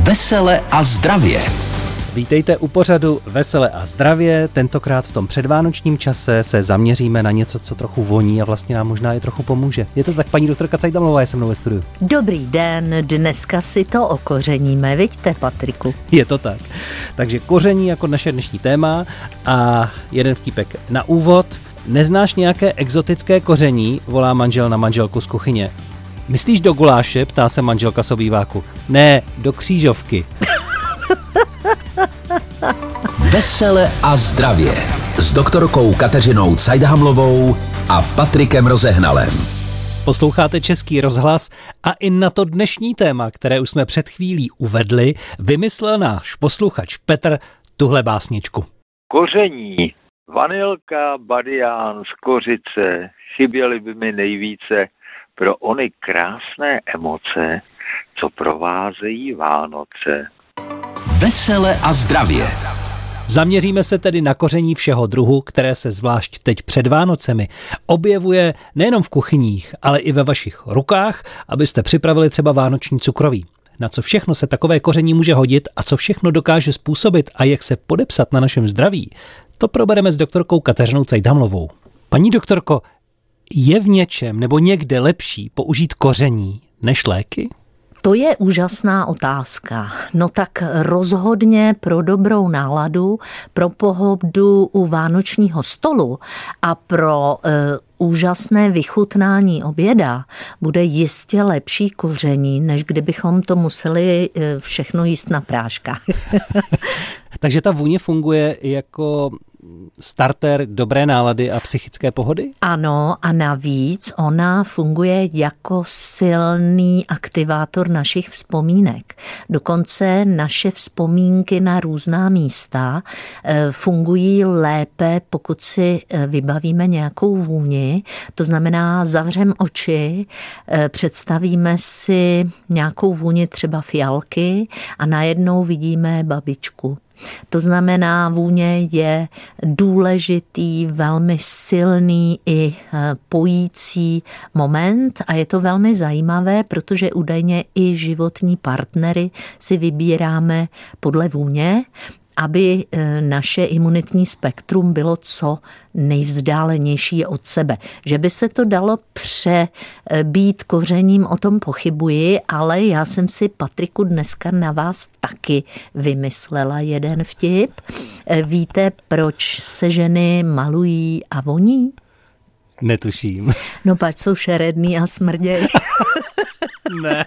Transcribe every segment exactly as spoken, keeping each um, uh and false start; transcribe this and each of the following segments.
Vesele a zdravě. Vítejte u pořadu Vesele a zdravě. Tentokrát v tom předvánočním čase se zaměříme na něco, co trochu voní a vlastně nám možná i trochu pomůže. Je to tak, paní doktorka Cajdamlová je se mnou ve studiu. Dobrý den, dneska si to okořeníme, viďte, Patriku? Je to tak. Takže koření jako naše dnešní téma a jeden vtípek na úvod. Neznáš nějaké exotické koření? Volá manžel na manželku z kuchyně. Myslíš do guláše? Ptá se manželka z obýváku. Ne, do křížovky. Vesele a zdravě s doktorkou Kateřinou Cajdhamlovou a Patrikem Rozehnalem. Posloucháte Český rozhlas a i na to dnešní téma, které už jsme před chvílí uvedli, vymyslel náš posluchač Petr tuhle básničku. Koření, vanilka, badián, skořice, chyběly by mi nejvíce pro ony krásné emoce, co provázejí Vánoce. Vesele a zdravě. Zaměříme se tedy na koření všeho druhu, které se zvlášť teď před Vánocemi objevuje nejenom v kuchyních, ale i ve vašich rukách, abyste připravili třeba vánoční cukroví. Na co všechno se takové koření může hodit a co všechno dokáže způsobit a jak se podepsat na našem zdraví, to probereme s doktorkou Kateřinou Cajdhamlovou. Paní doktorko, je v něčem nebo někde lepší použít koření než léky? To je úžasná otázka. No tak rozhodně pro dobrou náladu, pro pohodu u vánočního stolu a pro e, úžasné vychutnání oběda bude jistě lepší koření, než kdybychom to museli e, všechno jíst na práškách. Takže ta vůně funguje jako starter dobré nálady a psychické pohody? Ano, a navíc ona funguje jako silný aktivátor našich vzpomínek. Dokonce naše vzpomínky na různá místa fungují lépe, pokud si vybavíme nějakou vůni. To znamená, zavřeme oči, představíme si nějakou vůni třeba fialky a najednou vidíme babičku. To znamená, vůně je důležitý, velmi silný i pojící moment a je to velmi zajímavé, protože údajně i životní partnery si vybíráme podle vůně, aby naše imunitní spektrum bylo co nejvzdálenější od sebe. Že by se to dalo přebít kořením, o tom pochybuji, ale já jsem si, Patriku, dneska na vás taky vymyslela jeden vtip. Víte, proč se ženy malují a voní? Netuším. No pač jsou šeredný a smrděj. Ne.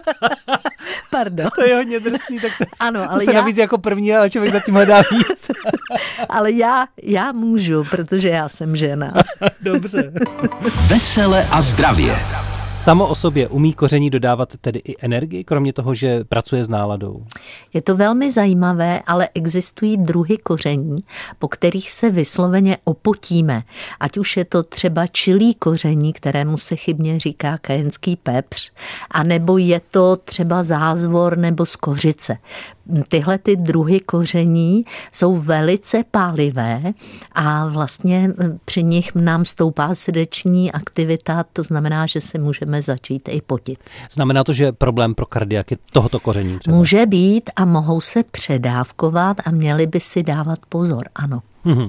Pardon. To je hodně drsný, tak to, ano, ale to se já... navíc jako první, ale člověk zatím hledá víc. Ale já, já můžu, protože já jsem žena. Dobře. Vesele a zdravě. Samo o sobě umí koření dodávat tedy i energii, kromě toho, že pracuje s náladou? Je to velmi zajímavé, ale existují druhy koření, po kterých se vysloveně opotíme. Ať už je to třeba čilí koření, kterému se chybně říká kajenský pepř, anebo je to třeba zázvor nebo skořice. Tyhle ty druhy koření jsou velice pálivé a vlastně při nich nám stoupá srdeční aktivita, to znamená, že se můžeme začít i potit. Znamená to, že problém pro kardiaky tohoto koření třeba? Může být a mohou se předávkovat a měli by si dávat pozor, ano. Hmm.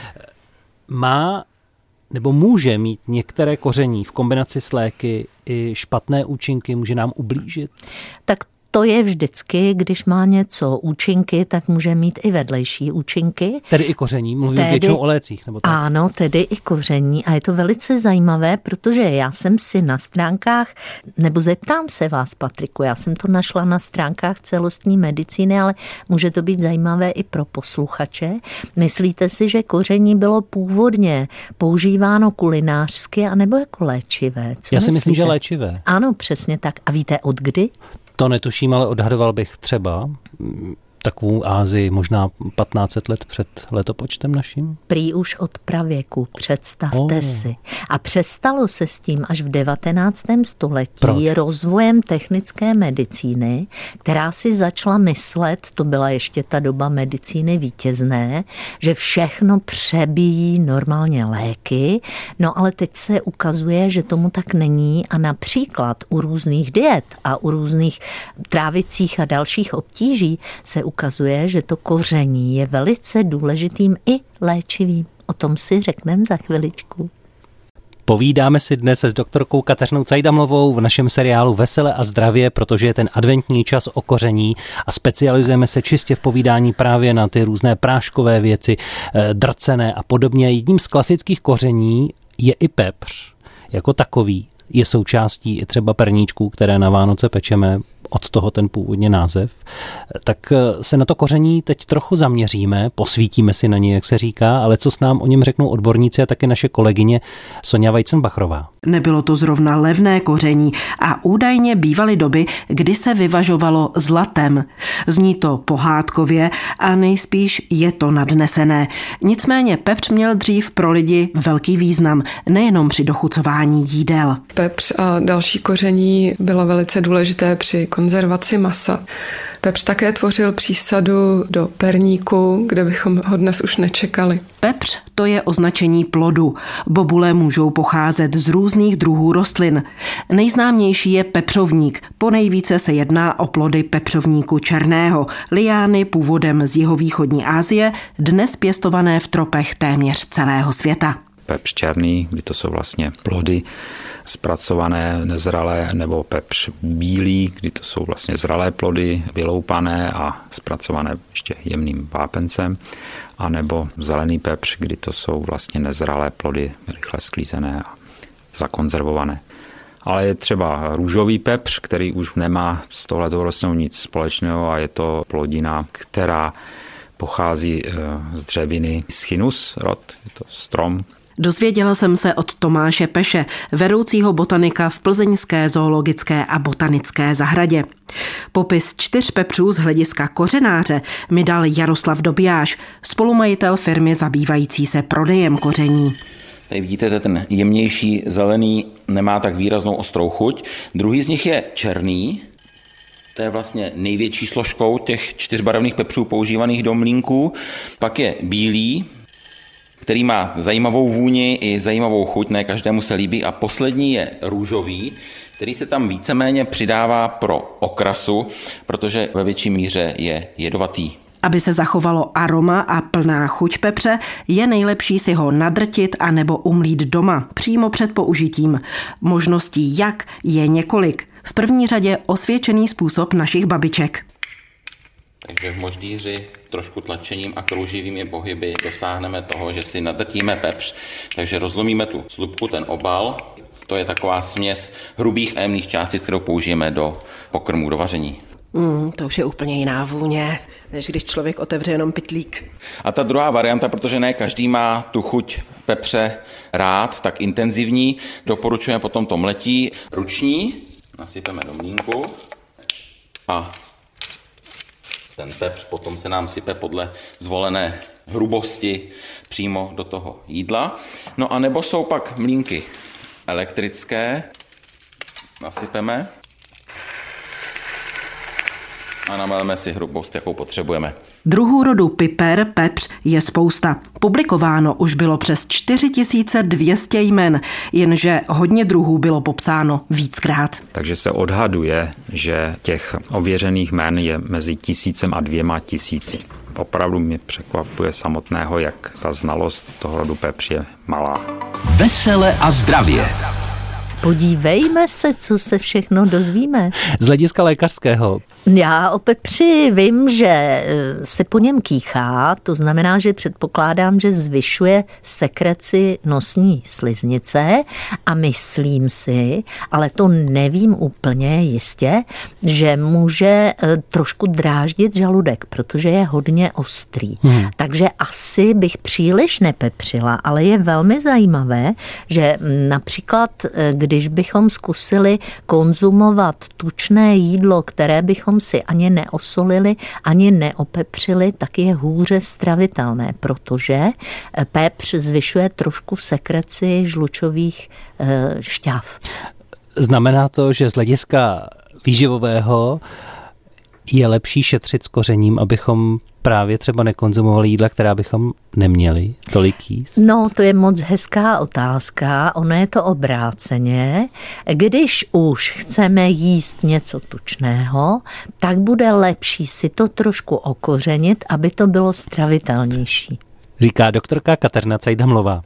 Má nebo může mít některé koření v kombinaci s léky i špatné účinky, může nám ublížit? Tak to je vždycky, když má něco účinky, tak může mít i vedlejší účinky. Tedy i koření, mluvím tedy, většinou o lécích. Nebo tak? Ano, tedy i koření a je to velice zajímavé, protože já jsem si na stránkách, nebo zeptám se vás, Patriku, já jsem to našla na stránkách celostní medicíny, ale může to být zajímavé i pro posluchače. Myslíte si, že koření bylo původně používáno kulinářsky anebo jako léčivé? Co já si myslíte? myslím, že léčivé. Ano, přesně tak. A víte od kdy? To netuším, ale odhadoval bych třeba takovou Ázii možná patnáct set let před letopočtem naším? Prý už od pravěku, představte oh. si. A přestalo se s tím až v devatenáctém století Proč? rozvojem technické medicíny, která si začala myslet, to byla ještě ta doba medicíny vítězné, že všechno přebíjí normálně léky, no ale teď se ukazuje, že tomu tak není a například u různých diet a u různých trávicích a dalších obtíží se ukazuje, že to koření je velice důležitým i léčivým. O tom si řekneme za chviličku. Povídáme si dnes s doktorkou Kateřinou Cajdamlovou v našem seriálu Vesele a zdravě, protože je ten adventní čas o koření a specializujeme se čistě v povídání právě na ty různé práškové věci, drcené a podobně. Jedním z klasických koření je i pepř jako takový. Je součástí i třeba perníčků, které na Vánoce pečeme, od toho ten původně název. Tak se na to koření teď trochu zaměříme, posvítíme si na ně, jak se říká, ale co s nám o něm řeknou odborníci a taky naše kolegyně Sonja Weizenbachrová. Nebylo to zrovna levné koření a údajně bývaly doby, kdy se vyvažovalo zlatem. Zní to pohádkově a nejspíš je to nadnesené. Nicméně pepř měl dřív pro lidi velký význam, nejenom při dochucování jídel. Pepř a další koření bylo velice důležité při konzervaci masa. Pepř také tvořil přísadu do perníku, kde bychom ho dnes už nečekali. Pepř to je označení plodu. Bobule můžou pocházet z různých druhů rostlin. Nejznámější je pepřovník. Ponejvíce se jedná o plody pepřovníku černého, liány původem z jihovýchodní Asie, dnes pěstované v tropech téměř celého světa. Pepř černý, kdy to jsou vlastně plody zpracované, nezralé, nebo pepř bílý, kdy to jsou vlastně zralé plody, vyloupané a zpracované ještě jemným vápencem, a nebo zelený pepř, kdy to jsou vlastně nezralé plody, rychle sklízené a zakonzervované. Ale je třeba růžový pepř, který už nemá s touhletou rostlinou nic společného a je to plodina, která pochází z dřeviny Schinus rod, je to strom. Dozvěděla jsem se od Tomáše Peše, vedoucího botanika v Plzeňské zoologické a botanické zahradě. Popis čtyř pepřů z hlediska kořenáře mi dal Jaroslav Dobijáš, spolumajitel firmy zabývající se prodejem koření. Tady vidíte, ten jemnější zelený nemá tak výraznou ostrou chuť. Druhý z nich je černý. To je vlastně největší složkou těch čtyřbarevných pepřů používaných do mlýnků. Pak je bílý, který má zajímavou vůni i zajímavou chuť, ne každému se líbí. A poslední je růžový, který se tam víceméně přidává pro okrasu, protože ve větší míře je jedovatý. Aby se zachovalo aroma a plná chuť pepře, je nejlepší si ho nadrtit a nebo umlít doma, přímo před použitím. Možností jak je několik. V první řadě osvědčený způsob našich babiček. Takže v moždíři trošku tlačením a krouživými pohyby dosáhneme toho, že si nadrtíme pepř. Takže rozlomíme tu slupku, ten obal. To je taková směs hrubých a jemných částic, kterou použijeme do pokrmů, do vaření. Mm, to už je úplně jiná vůně, než když člověk otevře jenom pytlík. A ta druhá varianta, protože ne každý má tu chuť pepře rád, tak intenzivní, doporučujeme potom to mletí ruční. Nasypeme do mlýnku a ten pepř potom se nám sype podle zvolené hrubosti přímo do toho jídla. No a nebo jsou pak mlýnky elektrické. Nasypeme a nameleme si hrubost, jakou potřebujeme. Druhů rodu piper, pepř je spousta. Publikováno už bylo přes čtyři tisíce dvě stě jmen, jenže hodně druhů bylo popsáno víckrát. Takže se odhaduje, že těch ověřených jmen je mezi tisícem a dvěma tisíci. Opravdu mě překvapuje samotného, jak ta znalost toho rodu pepř je malá. Vesele a zdravě. Podívejme se, co se všechno dozvíme. Z hlediska lékařského. Já o pepři vím, že se po něm kýchá, to znamená, že předpokládám, že zvyšuje sekreci nosní sliznice a myslím si, ale to nevím úplně jistě, že může trošku dráždit žaludek, protože je hodně ostrý. Hmm. Takže asi bych příliš nepepřila, ale je velmi zajímavé, že například, když bychom zkusili konzumovat tučné jídlo, které bychom si ani neosolili, ani neopepřili, tak je hůře stravitelné, protože pepř zvyšuje trošku sekreci žlučových šťáv. Znamená to, že z hlediska výživového je lepší šetřit s kořením, abychom právě třeba nekonzumovali jídla, která bychom neměli tolik jíst? No, to je moc hezká otázka. Ono je to obráceně. Když už chceme jíst něco tučného, tak bude lepší si to trošku okořenit, aby to bylo stravitelnější. Říká doktorka Kateřina Cajdhamlová.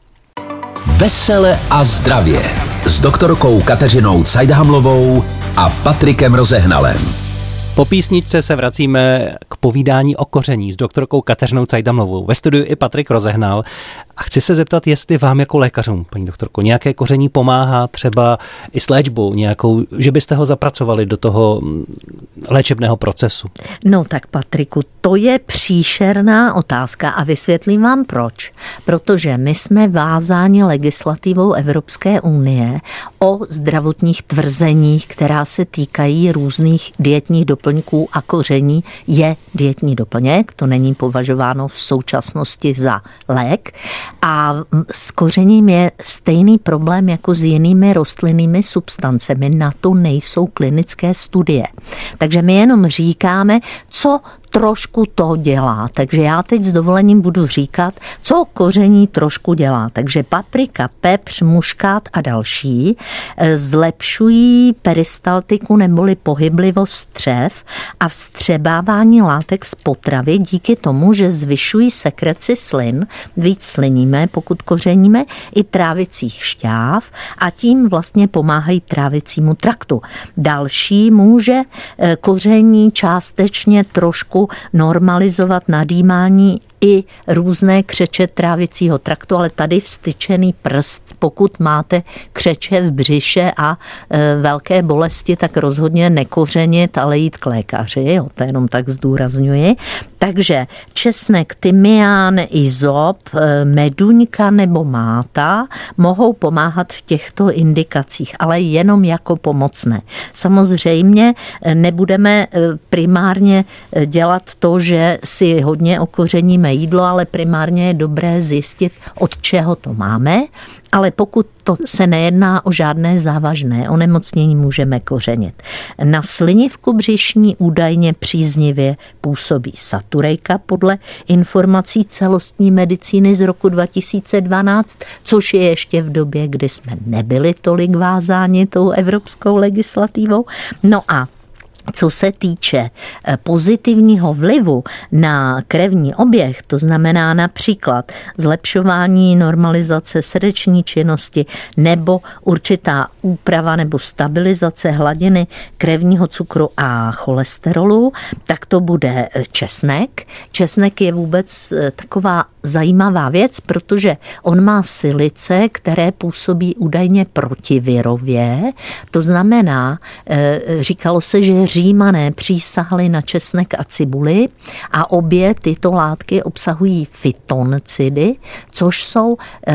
Vesele a zdravě s doktorkou Kateřinou Cajdhamlovou a Patrikem Rozehnalem. Po písničce se vracíme k povídání o koření s doktorkou Kateřinou Cajdhamlovou. Ve studiu i Patrik Rozehnal. A chci se zeptat, jestli vám jako lékařům, paní doktorko, nějaké koření pomáhá třeba i s léčbou nějakou, že byste ho zapracovali do toho léčebného procesu. No tak Patriku, to je příšerná otázka a vysvětlím vám proč. Protože my jsme vázáni legislativou Evropské unie o zdravotních tvrzeních, která se týkají různých dietních doplňků a koření je dietní doplněk, to není považováno v současnosti za lék. A s kořením je stejný problém jako s jinými rostlinnými substancemi. Na to nejsou klinické studie. Takže my jenom říkáme, co trošku to dělá. Takže já teď s dovolením budu říkat, co koření trošku dělá. Takže paprika, pepř, muškát a další zlepšují peristaltiku neboli pohyblivost střev a vstřebávání látek z potravy díky tomu, že zvyšují sekreci slin, víc sliníme, pokud kořeníme, i trávicích šťáv a tím vlastně pomáhají trávicímu traktu. Další může koření částečně trošku normalizovat nadýmání i různé křeče trávicího traktu, ale tady vstyčený prst, pokud máte křeče v břiše a e, velké bolesti, tak rozhodně nekořenit, ale jít k lékaři, jo, to jenom tak zdůrazňuji. Takže česnek, tymián, izop, e, meduňka nebo máta mohou pomáhat v těchto indikacích, ale jenom jako pomocné. Samozřejmě nebudeme primárně dělat to, že si hodně okořeníme jídlo, ale primárně je dobré zjistit, od čeho to máme, ale pokud to se nejedná o žádné závažné onemocnění, můžeme kořenit. Na slinivku břišní údajně příznivě působí saturejka podle informací celostní medicíny z roku dva tisíce dvanáct, což je ještě v době, kdy jsme nebyli tolik vázáni tou evropskou legislativou. No a co se týče pozitivního vlivu na krevní oběh, to znamená například zlepšování normalizace srdeční činnosti nebo určitá úprava nebo stabilizace hladiny krevního cukru a cholesterolu, tak to bude česnek. Česnek je vůbec taková zajímavá věc, protože on má silice, které působí údajně protivirově. To znamená, říkalo se, že Římané přísahali na česnek a cibuli a obě tyto látky obsahují fytoncidy, což jsou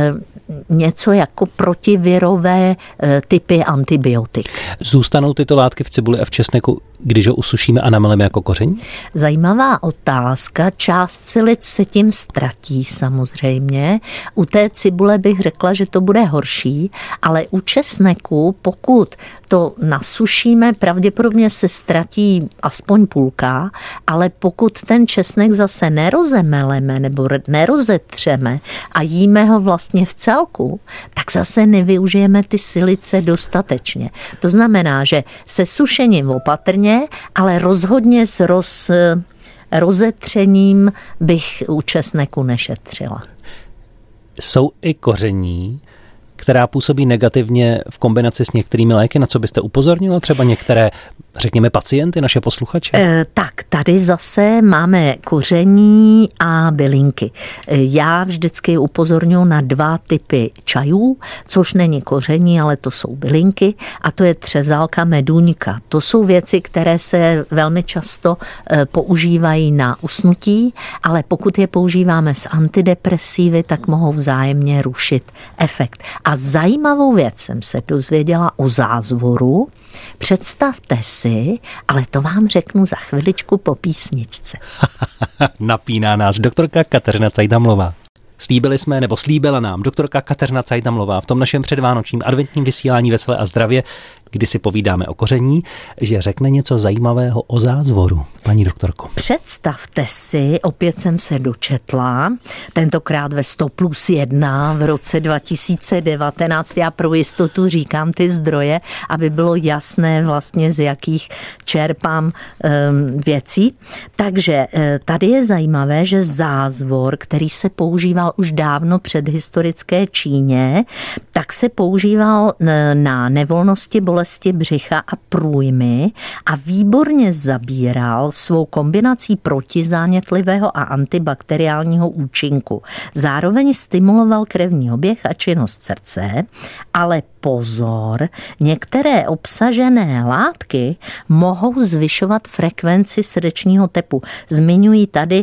něco jako protivirové typy antibiotik. Zůstanou tyto látky v cibuli a v česneku, když ho usušíme a nameleme jako koření? Zajímavá otázka. Část silic se tím ztratí samozřejmě. U té cibule bych řekla, že to bude horší, ale u česneku, pokud to nasušíme, pravděpodobně se ztratí aspoň půlka, ale pokud ten česnek zase nerozemeleme nebo nerozetřeme a jíme ho vlastně v celku, tak zase nevyužijeme ty silice dostatečně. To znamená, že se sušením opatrně, ale rozhodně s roz, rozetřením bych u česneku nešetřila. Jsou i koření, která působí negativně v kombinaci s některými léky, na co byste upozornila třeba některé, řekněme, pacienty, naše posluchače? E, tak, tady zase máme koření a bylinky. E, já vždycky upozorňuji na dva typy čajů, což není koření, ale to jsou bylinky a to je třezálka, meduňka. To jsou věci, které se velmi často e, používají na usnutí, ale pokud je používáme s antidepresivy, tak mohou vzájemně rušit efekt. A zajímavou věc jsem se dozvěděla o zázvoru. Představte si, ale to vám řeknu za chviličku po písničce. Napíná nás doktorka Kateřina Cajdamlová. Slíbili jsme, nebo slíbila nám doktorka Kateřina Cajdamlová v tom našem předvánočním adventním vysílání Veselé a zdravě, kdy si povídáme o koření, že řekne něco zajímavého o zázvoru. Paní doktorko. Představte si, opět jsem se dočetla, tentokrát ve sto plus jedna v roce dva tisíce devatenáct. Já pro jistotu říkám ty zdroje, aby bylo jasné vlastně, z jakých čerpám um, věcí. Takže tady je zajímavé, že zázvor, který se používal už dávno před historické Číně, tak se používal na nevolnosti, bolesti břicha a průjmy a výborně zabíral svou kombinací protizánětlivého a antibakteriálního účinku. Zároveň stimuloval krevní oběh a činnost srdce, ale pozor, některé obsažené látky mohou zvyšovat frekvenci srdečního tepu. Zmiňují tady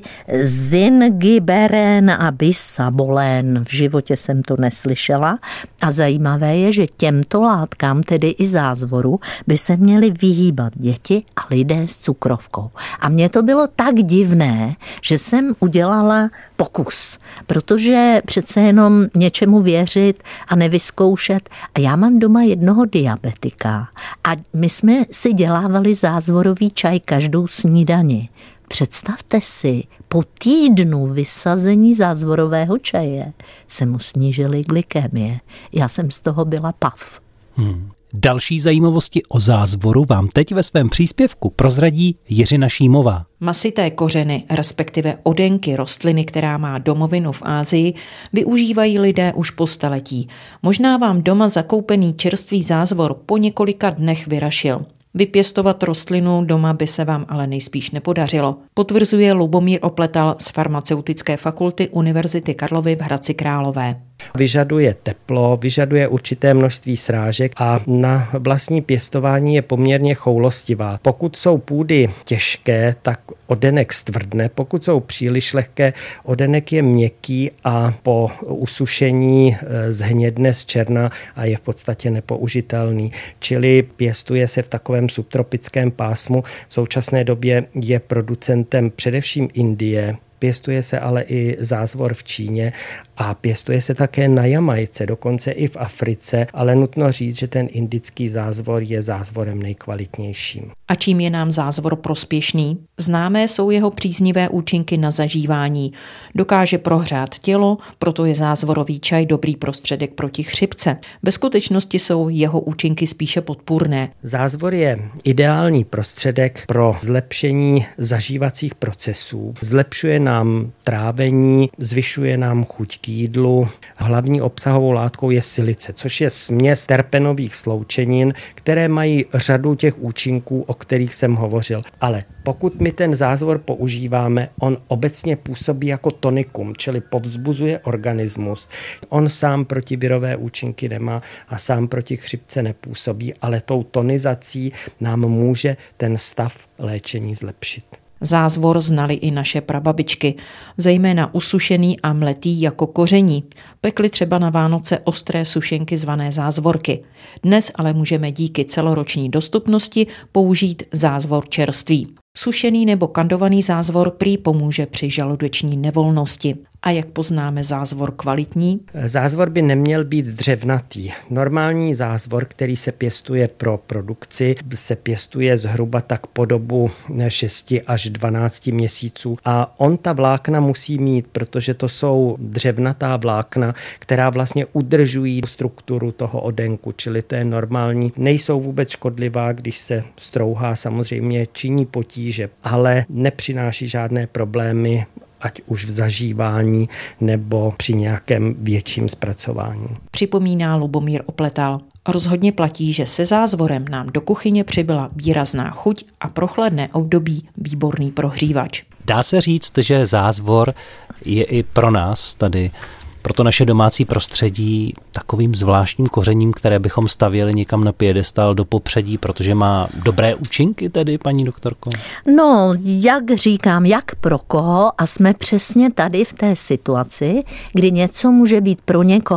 zingiberen a bisabolén. V životě jsem to neslyšela. A zajímavé je, že těmto látkám, tedy i zázvoru, by se měly vyhýbat děti a lidé s cukrovkou. A mně to bylo tak divné, že jsem udělala pokus, protože přece jenom něčemu věřit a nevyzkoušet. A já mám doma jednoho diabetika a my jsme si dělávali zázvorový čaj každou snídani. Představte si, po týdnu vysazení zázvorového čaje se mu snížily glykemie. Já jsem z toho byla pav. Hmm. Další zajímavosti o zázvoru vám teď ve svém příspěvku prozradí Jiřina Šímová. Masité kořeny, respektive oddenky rostliny, která má domovinu v Asii, využívají lidé už po staletí. Možná vám doma zakoupený čerstvý zázvor po několika dnech vyrašil. Vypěstovat rostlinu doma by se vám ale nejspíš nepodařilo, potvrzuje Lubomír Opletal z Farmaceutické fakulty Univerzity Karlovy v Hradci Králové. Vyžaduje teplo, vyžaduje určité množství srážek a na vlastní pěstování je poměrně choulostivá. Pokud jsou půdy těžké, tak oddenek stvrdne, pokud jsou příliš lehké, oddenek je měkký a po usušení zhnědne z černa a je v podstatě nepoužitelný. Čili pěstuje se v takovém subtropickém pásmu. V současné době je producentem především Indie. Pěstuje se ale i zázvor v Číně a pěstuje se také na Jamajce, dokonce i v Africe, ale nutno říct, že ten indický zázvor je zázvorem nejkvalitnějším. A čím je nám zázvor prospěšný? Známé jsou jeho příznivé účinky na zažívání. Dokáže prohřát tělo, proto je zázvorový čaj dobrý prostředek proti chřipce. Ve skutečnosti jsou jeho účinky spíše podpůrné. Zázvor je ideální prostředek pro zlepšení zažívacích procesů. Zlepšuje nám trávení, zvyšuje nám chuť k jídlu. Hlavní obsahovou látkou je silice, což je směs terpenových sloučenin, které mají řadu těch účinků, o kterých jsem hovořil. Ale pokud my ten zázvor používáme, on obecně působí jako tonikum, čili povzbuzuje organismus. On sám protivirové účinky nemá a sám proti chřipce nepůsobí, ale tou tonizací nám může ten stav léčení zlepšit. Zázvor znali i naše prababičky, zejména usušený a mletý jako koření. Pekli třeba na Vánoce ostré sušenky zvané zázvorky. Dnes ale můžeme díky celoroční dostupnosti použít zázvor čerstvý. Sušený nebo kandovaný zázvor prý pomůže při žaludeční nevolnosti. A jak poznáme zázvor kvalitní? Zázvor by neměl být dřevnatý. Normální zázvor, který se pěstuje pro produkci, se pěstuje zhruba tak po dobu šesti až dvanácti měsíců. A on ta vlákna musí mít, protože to jsou dřevnatá vlákna, která vlastně udržují strukturu toho oddenku, čili to je normální. Nejsou vůbec škodlivá, když se strouhá, samozřejmě činí potíže, ale nepřináší žádné problémy, ať už v zažívání nebo při nějakém větším zpracování. Připomíná Lubomír Opletal. Rozhodně platí, že se zázvorem nám do kuchyně přibyla výrazná chuť a pro chladné období výborný prohřívač. Dá se říct, že zázvor je i pro nás tady, pro to naše domácí prostředí, takovým zvláštním kořením, které bychom stavěli někam na piedestal do popředí, protože má dobré účinky tedy, paní doktorko? No, jak říkám, jak pro koho, a jsme přesně tady v té situaci, kdy něco může být pro někoho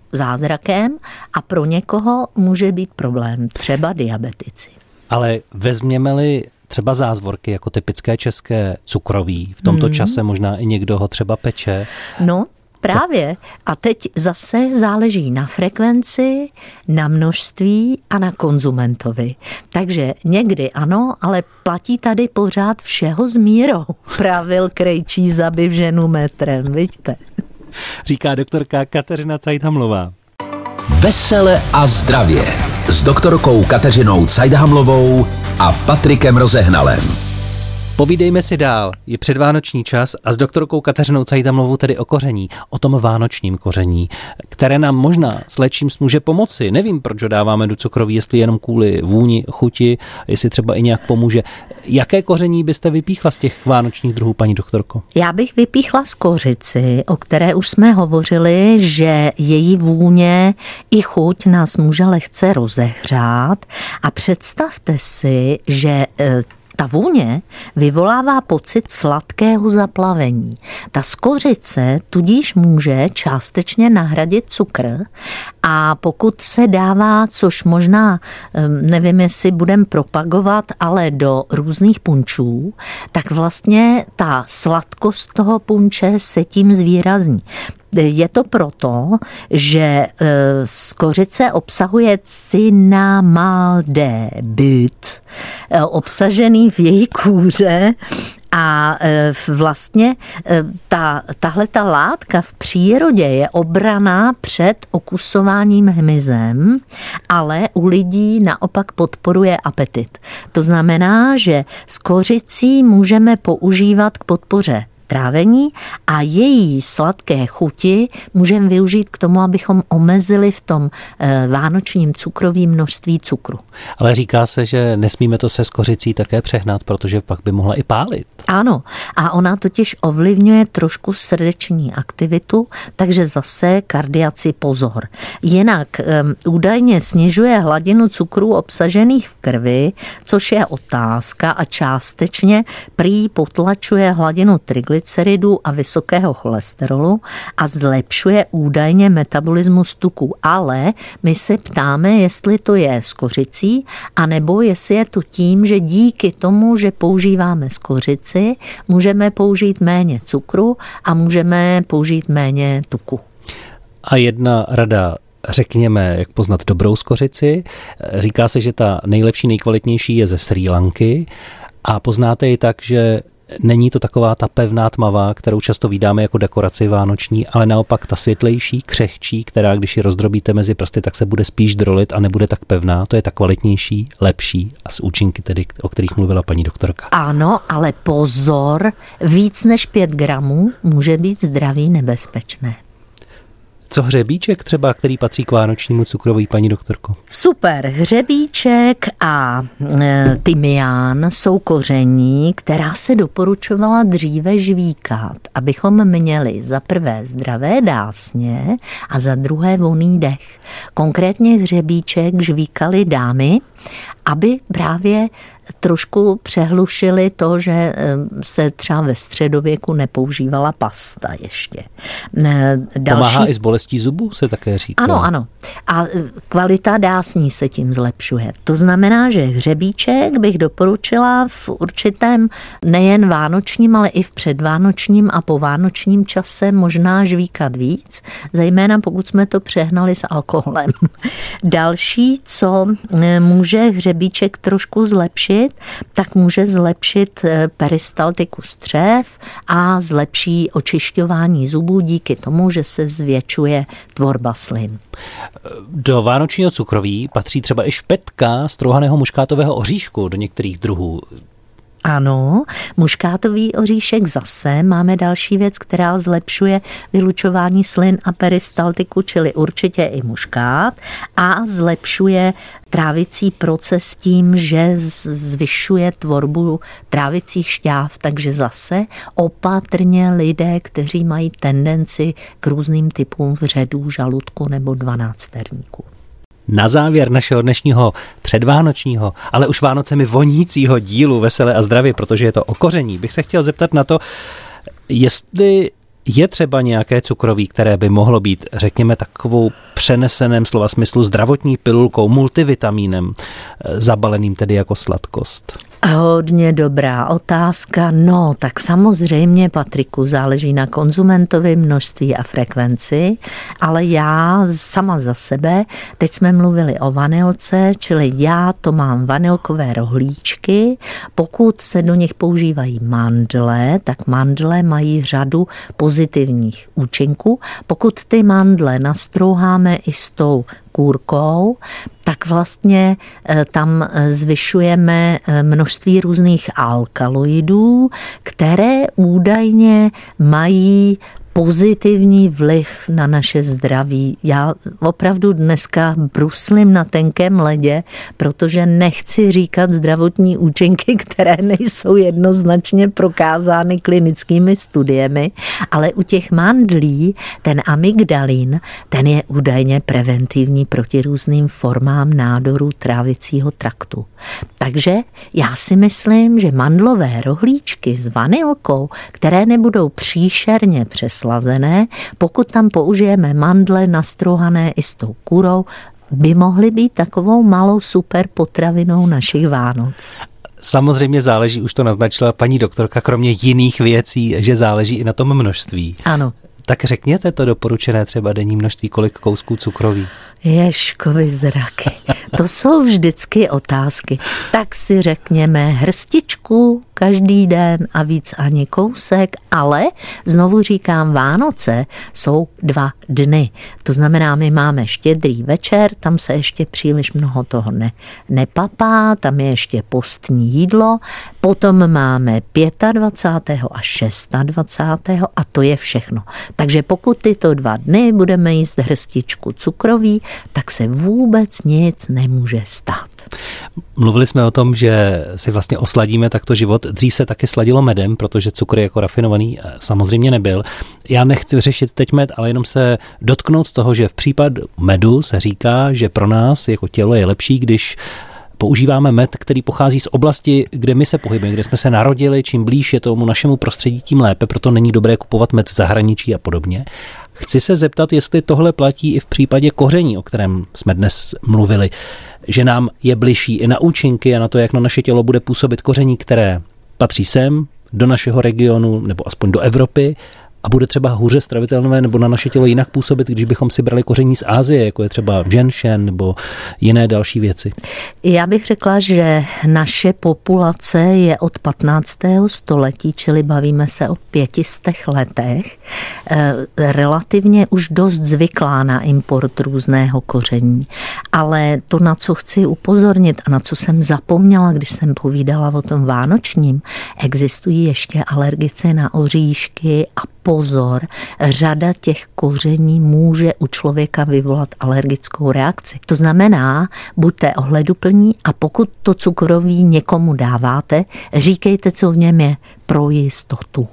zázrakem a pro někoho může být problém, třeba diabetici. Ale vezměme-li třeba zázvorky jako typické české cukroví, v tomto hmm. čase možná i někdo ho třeba peče. No, právě. A teď zase záleží na frekvenci, na množství a na konzumentovi. Takže někdy ano, ale platí tady pořád všeho s mírou. Pravil krejčí zabiv ženu metrem, vidíte. Říká doktorka Kateřina Cajdhamlová. Vesele a zdravě s doktorkou Kateřinou Cajdhamlovou a Patrikem Rozehnalem. Povídejme si dál. Je předvánoční čas a s doktorkou Kateřinou Cajdhamlovou tedy o koření, o tom vánočním koření, které nám možná s léčím může pomoci. Nevím, proč ho dáváme do cukroví, jestli jenom kvůli vůni, chuti, jestli třeba i nějak pomůže. Jaké koření byste vypíchla z těch vánočních druhů, paní doktorko? Já bych vypíchla skořici, o které už jsme hovořili, že její vůně i chuť nás může lehce rozehřát. A představte si, že ta vůně vyvolává pocit sladkého zaplavení. Ta skořice tudíž může částečně nahradit cukr a pokud se dává, což možná, nevím, jestli budeme propagovat, ale do různých punčů, tak vlastně ta sladkost toho punče se tím zvýrazní. Je to proto, že skořice obsahuje cinamaldehyd, obsažený v její kůře, a vlastně ta, tahleta látka v přírodě je obraná před okusováním hmyzem, ale u lidí naopak podporuje apetit. To znamená, že skořicí můžeme používat k podpoře trávení a její sladké chuti můžeme využít k tomu, abychom omezili v tom vánočním cukroví množství cukru. Ale říká se, že nesmíme to se skořicí také přehnat, protože pak by mohla i pálit. Ano, a ona totiž ovlivňuje trošku srdeční aktivitu, takže zase kardiaci pozor. Jinak um, údajně snižuje hladinu cukrů obsažených v krvi, což je otázka a částečně prý potlačuje hladinu triglyceridů a vysokého cholesterolu a zlepšuje údajně metabolismus tuků. Ale my se ptáme, jestli to je skořicí, anebo jestli je to tím, že díky tomu, že používáme skořici, můžeme použít méně cukru a můžeme použít méně tuku. A jedna rada, řekněme, jak poznat dobrou skořici. Říká se, že ta nejlepší, nejkvalitnější je ze Srí Lanky a poznáte ji tak, že není to taková ta pevná tmavá, kterou často vídáme jako dekoraci vánoční, ale naopak ta světlejší, křehčí, která když ji rozdrobíte mezi prsty, tak se bude spíš drolit a nebude tak pevná. To je ta kvalitnější, lepší a s účinky tedy, o kterých mluvila paní doktorka. Ano, ale pozor, víc než pět gramů může být zdraví nebezpečné. Co hřebíček třeba, který patří k vánočnímu cukroví, paní doktorko? Super, hřebíček a e, tymián jsou koření, která se doporučovala dříve žvíkat, abychom měli za prvé zdravé dásně a za druhé vonný dech. Konkrétně hřebíček žvíkali dámy, aby právě trošku přehlušili to, že se třeba ve středověku nepoužívala pasta ještě. Další... Pomáhá i s bolestí zubů, se také říká. Ano, ano. A kvalita dásní se tím zlepšuje. To znamená, že hřebíček bych doporučila v určitém nejen vánočním, ale i v předvánočním a povánočním čase možná žvíkat víc, zejména pokud jsme to přehnali s alkoholem. Další, co může hřebíček trošku zlepšit, tak může zlepšit peristaltiku střev a zlepší očišťování zubů díky tomu, že se zvětšuje tvorba slin. Do vánočního cukroví patří třeba i špetka strouhaného muškátového oříšku do některých druhů. Ano, muškátový oříšek zase máme další věc, která zlepšuje vylučování slin a peristaltiku, čili určitě i muškát a zlepšuje trávicí proces tím, že zvyšuje tvorbu trávicích šťáv, takže zase opatrně lidé, kteří mají tendenci k různým typům vředů, žaludku nebo dvanácterníku. Na závěr našeho dnešního předvánočního, ale už Vánocemi vonícího dílu Veselé a zdravě, protože je to o koření, bych se chtěl zeptat na to, jestli je třeba nějaké cukroví, které by mohlo být, řekněme, takovou přeneseném slova smyslu zdravotní pilulkou, multivitamínem, zabaleným tedy jako sladkost? Hodně dobrá otázka. No, tak samozřejmě, Patriku, záleží na konzumentovi, množství a frekvenci, ale já sama za sebe, teď jsme mluvili o vanilce, čili já to mám vanilkové rohlíčky. Pokud se do nich používají mandle, tak mandle mají řadu pozitivních účinků. Pokud ty mandle nastrouháme i s tou kůrkou, tak vlastně tam zvyšujeme množství různých alkaloidů, které údajně mají pozitivní vliv na naše zdraví. Já opravdu dneska bruslím na tenkém ledě, protože nechci říkat zdravotní účinky, které nejsou jednoznačně prokázány klinickými studiemi, ale u těch mandlí ten amygdalin, ten je údajně preventivní proti různým formám nádorů trávicího traktu. Takže já si myslím, že mandlové rohlíčky s vanilkou, které nebudou příšerně přeslazené, pokud tam použijeme mandle nastrouhané i s tou kurou, by mohly být takovou malou super potravinou našich Vánoc. Samozřejmě záleží, už to naznačila paní doktorka, kromě jiných věcí, že záleží i na tom množství. Ano. Tak řekněte to doporučené třeba denní množství, kolik kousků cukroví. Ježkovi zraky. To jsou vždycky otázky. Tak si řekněme hrstičku každý den a víc ani kousek, ale znovu říkám, Vánoce jsou dva dny. To znamená, my máme štědrý večer, tam se ještě příliš mnoho toho ne, nepapá, tam je ještě postní jídlo, potom máme dvacátého pátého a dvacátého šestého a to je všechno. Takže pokud tyto dva dny budeme jíst hrstičku cukroví, tak se vůbec nic nemůže stát. Mluvili jsme o tom, že si vlastně osladíme takto život. Dřív se taky sladilo medem, protože cukr jako rafinovaný samozřejmě nebyl. Já nechci řešit teď med, ale jenom se dotknout toho, že v případu medu se říká, že pro nás jako tělo je lepší, když používáme med, který pochází z oblasti, kde my se pohybujeme, kde jsme se narodili, čím blíž je tomu našemu prostředí, tím lépe, proto není dobré kupovat med v zahraničí a podobně. Chci se zeptat, jestli tohle platí i v případě koření, o kterém jsme dnes mluvili, že nám je bližší i na účinky a na to, jak na naše tělo bude působit koření, které patří sem, do našeho regionu nebo aspoň do Evropy, a bude třeba hůře stravitelné nebo na naše tělo jinak působit, když bychom si brali koření z Asie, jako je třeba ženšen nebo jiné další věci. Já bych řekla, že naše populace je od patnáctého století, čili bavíme se o pětistech letech, relativně už dost zvyklá na import různého koření. Ale to, na co chci upozornit a na co jsem zapomněla, když jsem povídala o tom vánočním, existují ještě alergici na oříšky a pozor, řada těch koření může u člověka vyvolat alergickou reakci. To znamená, buďte ohleduplní a pokud to cukroví někomu dáváte, říkejte, co v něm je, pro jistotu.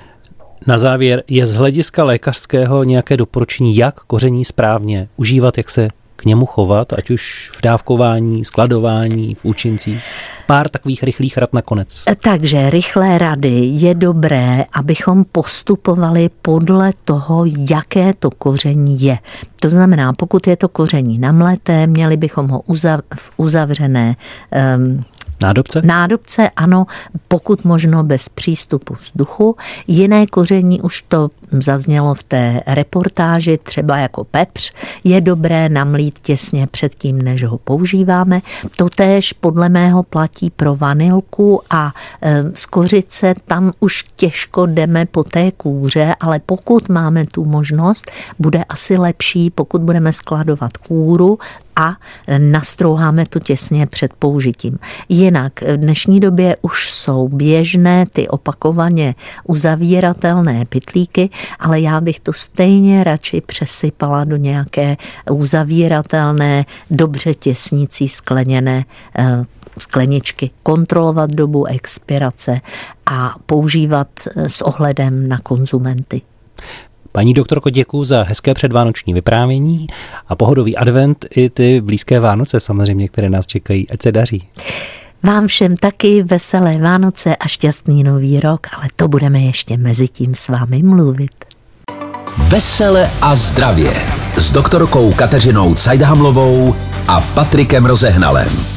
Na závěr, je z hlediska lékařského nějaké doporučení, jak koření správně užívat, jak se k němu chovat, ať už v dávkování, skladování, v účincích? Pár takových rychlých rad nakonec. Takže rychlé rady je dobré, abychom postupovali podle toho, jaké to koření je. To znamená, pokud je to koření namleté, měli bychom ho uzav, v uzavřené um, Nádobce? Nádobce, ano, pokud možno bez přístupu vzduchu. Jiné koření, už to zaznělo v té reportáži, třeba jako pepř, je dobré namlít těsně předtím, než ho používáme. Totéž podle mého platí pro vanilku a e, z kořice, tam už těžko jdeme po té kůře, ale pokud máme tu možnost, bude asi lepší, pokud budeme skladovat kůru a nastrouháme to těsně před použitím. Jinak v dnešní době už jsou běžné ty opakovaně uzavíratelné pytlíky, ale já bych to stejně radši přesypala do nějaké uzavíratelné, dobře těsnící skleněné skleničky, kontrolovat dobu expirace a používat s ohledem na konzumenty. Paní doktorko, děkuji za hezké předvánoční vyprávění a pohodový advent i ty blízké Vánoce samozřejmě, které nás čekají. Ať se daří. Vám všem taky veselé Vánoce a šťastný nový rok, ale to budeme ještě mezi tím s vámi mluvit. Vesele a zdravě. s doktorkou Kateřinou Cajdhamlovou a Patrikem Rozehnalem.